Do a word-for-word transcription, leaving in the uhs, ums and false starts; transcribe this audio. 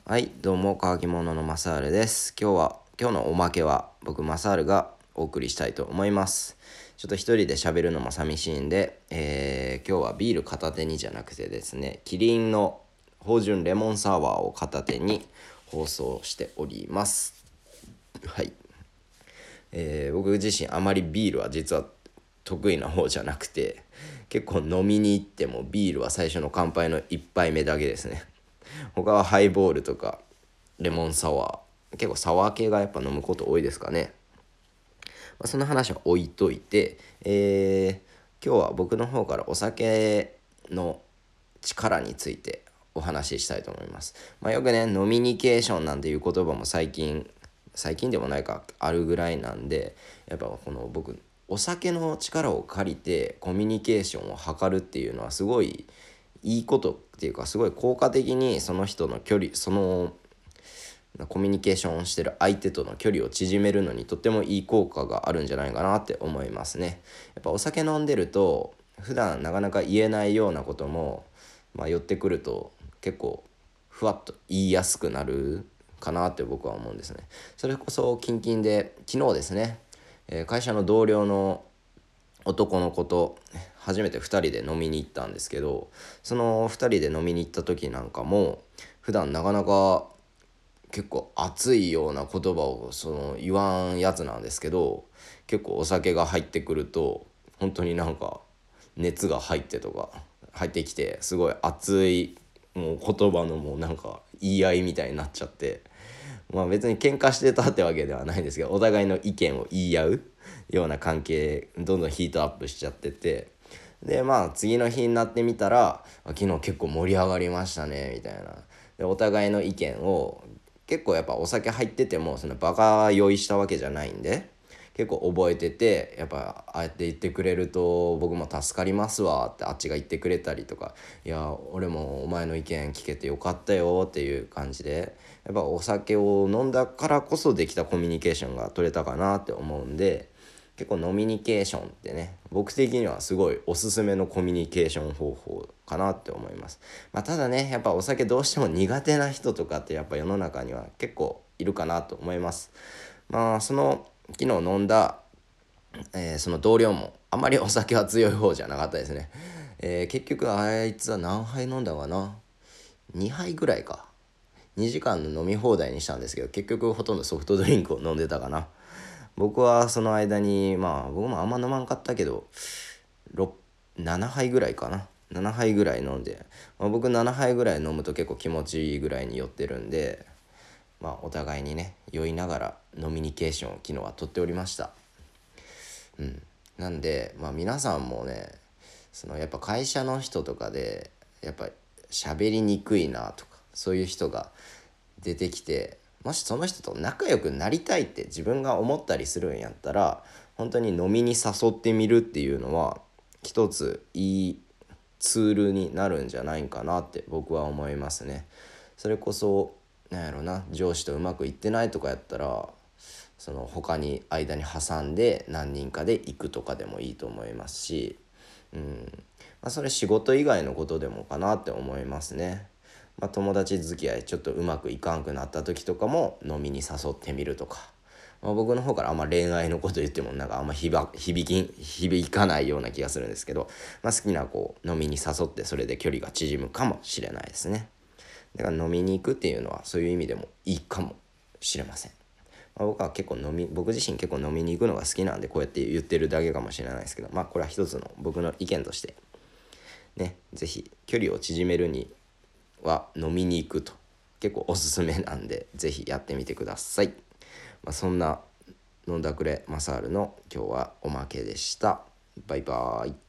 はい、どうも乾き物のマサールです。今日は今日のおまけは僕マサールがお送りしたいと思います。ちょっと一人で喋るのも寂しいんで、えー今日はビール片手にじゃなくてですね、キリンの芳醇レモンサワーを片手に放送しております。はい、えー僕自身あまりビールは実は得意な方じゃなくて、結構飲みに行ってもビールは最初の乾杯の一杯目だけですね。他はハイボールとかレモンサワー、結構サワー系がやっぱ飲むこと多いですかね。まあ、その話は置いといて、えー今日は僕の方からお酒の力についてお話ししたいと思います。まあ、よくね、飲みニケーションなんていう言葉も最近最近でもないかあるぐらいなんで、やっぱこの僕お酒の力を借りてコミュニケーションを図るっていうのはすごいいいことっていうか、すごい効果的にその人の距離、そのコミュニケーションをしてる相手との距離を縮めるのにとってもいい効果があるんじゃないかなって思いますね。やっぱお酒飲んでると普段なかなか言えないようなことも、まあ、寄ってくると結構ふわっと言いやすくなるかなって僕は思うんですね。それこそ近々で昨日ですね、えー会社の同僚の男の子と初めてふたりで飲みに行ったんですけど、そのふたりで飲みに行った時なんかも普段なかなか結構熱いような言葉をその言わんやつなんですけど、結構お酒が入ってくると本当になんか熱が入ってとか入ってきて、すごい熱いもう言葉のもうなんか言い合いみたいになっちゃって、まあ別に喧嘩してたってわけではないんですけど、お互いの意見を言い合うような関係どんどんヒートアップしちゃってて、でまあ次の日になってみたら昨日結構盛り上がりましたねみたいな。でお互いの意見を結構やっぱお酒入っててもそのバカ酔いしたわけじゃないんで結構覚えてて、やっぱああやって言ってくれると僕も助かりますわってあっちが言ってくれたりとか、いや俺もお前の意見聞けてよかったよっていう感じで、やっぱお酒を飲んだからこそできたコミュニケーションが取れたかなって思うんで、結構飲みニケーションってね、僕的にはすごいおすすめのコミュニケーション方法かなって思います。まあ、ただね、やっぱお酒どうしても苦手な人とかってやっぱ世の中には結構いるかなと思います。まあその昨日飲んだ、えーその同僚もあまりお酒は強い方じゃなかったですね。えー結局あいつは何杯飲んだかな、にはいぐらいか。にじかんの飲み放題にしたんですけど、結局ほとんどソフトドリンクを飲んでたかな。僕はその間にまあ僕もあんま飲まんかったけどろく ななはいぐらいかな、ななはいぐらい飲んで、まあ、僕ななはいぐらい飲むと結構気持ちいいぐらいに酔ってるんで、まあお互いにね酔いながら飲みニケーションを昨日はとっておりました。うんなんでまあ皆さんもね、そのやっぱ会社の人とかでやっぱ喋りにくいなとかそういう人が出てきて、もしその人と仲良くなりたいって自分が思ったりするんやったら、本当に飲みに誘ってみるっていうのは一ついいツールになるんじゃないかなって僕は思いますね。それこそなんやろな、上司とうまくいってないとかやったら、その他に間に挟んで何人かで行くとかでもいいと思いますし、うんまあ、それ仕事以外のことでもかなって思いますね。まあ、友達付き合いちょっとうまくいかんくなった時とかも飲みに誘ってみるとか、まあ、僕の方からあんま恋愛のこと言ってもなんかあんま響き響かないような気がするんですけど、まあ、好きな子を飲みに誘ってそれで距離が縮むかもしれないですね。だから飲みに行くっていうのはそういう意味でもいいかもしれません。まあ、僕は結構飲み僕自身結構飲みに行くのが好きなんでこうやって言ってるだけかもしれないですけど、まあこれは一つの僕の意見としてね、ぜひ距離を縮めるには飲みに行くと結構おすすめなんで、ぜひやってみてください。まあ、そんな飲んだくれマサールの今日はおまけでした。バイバーイ。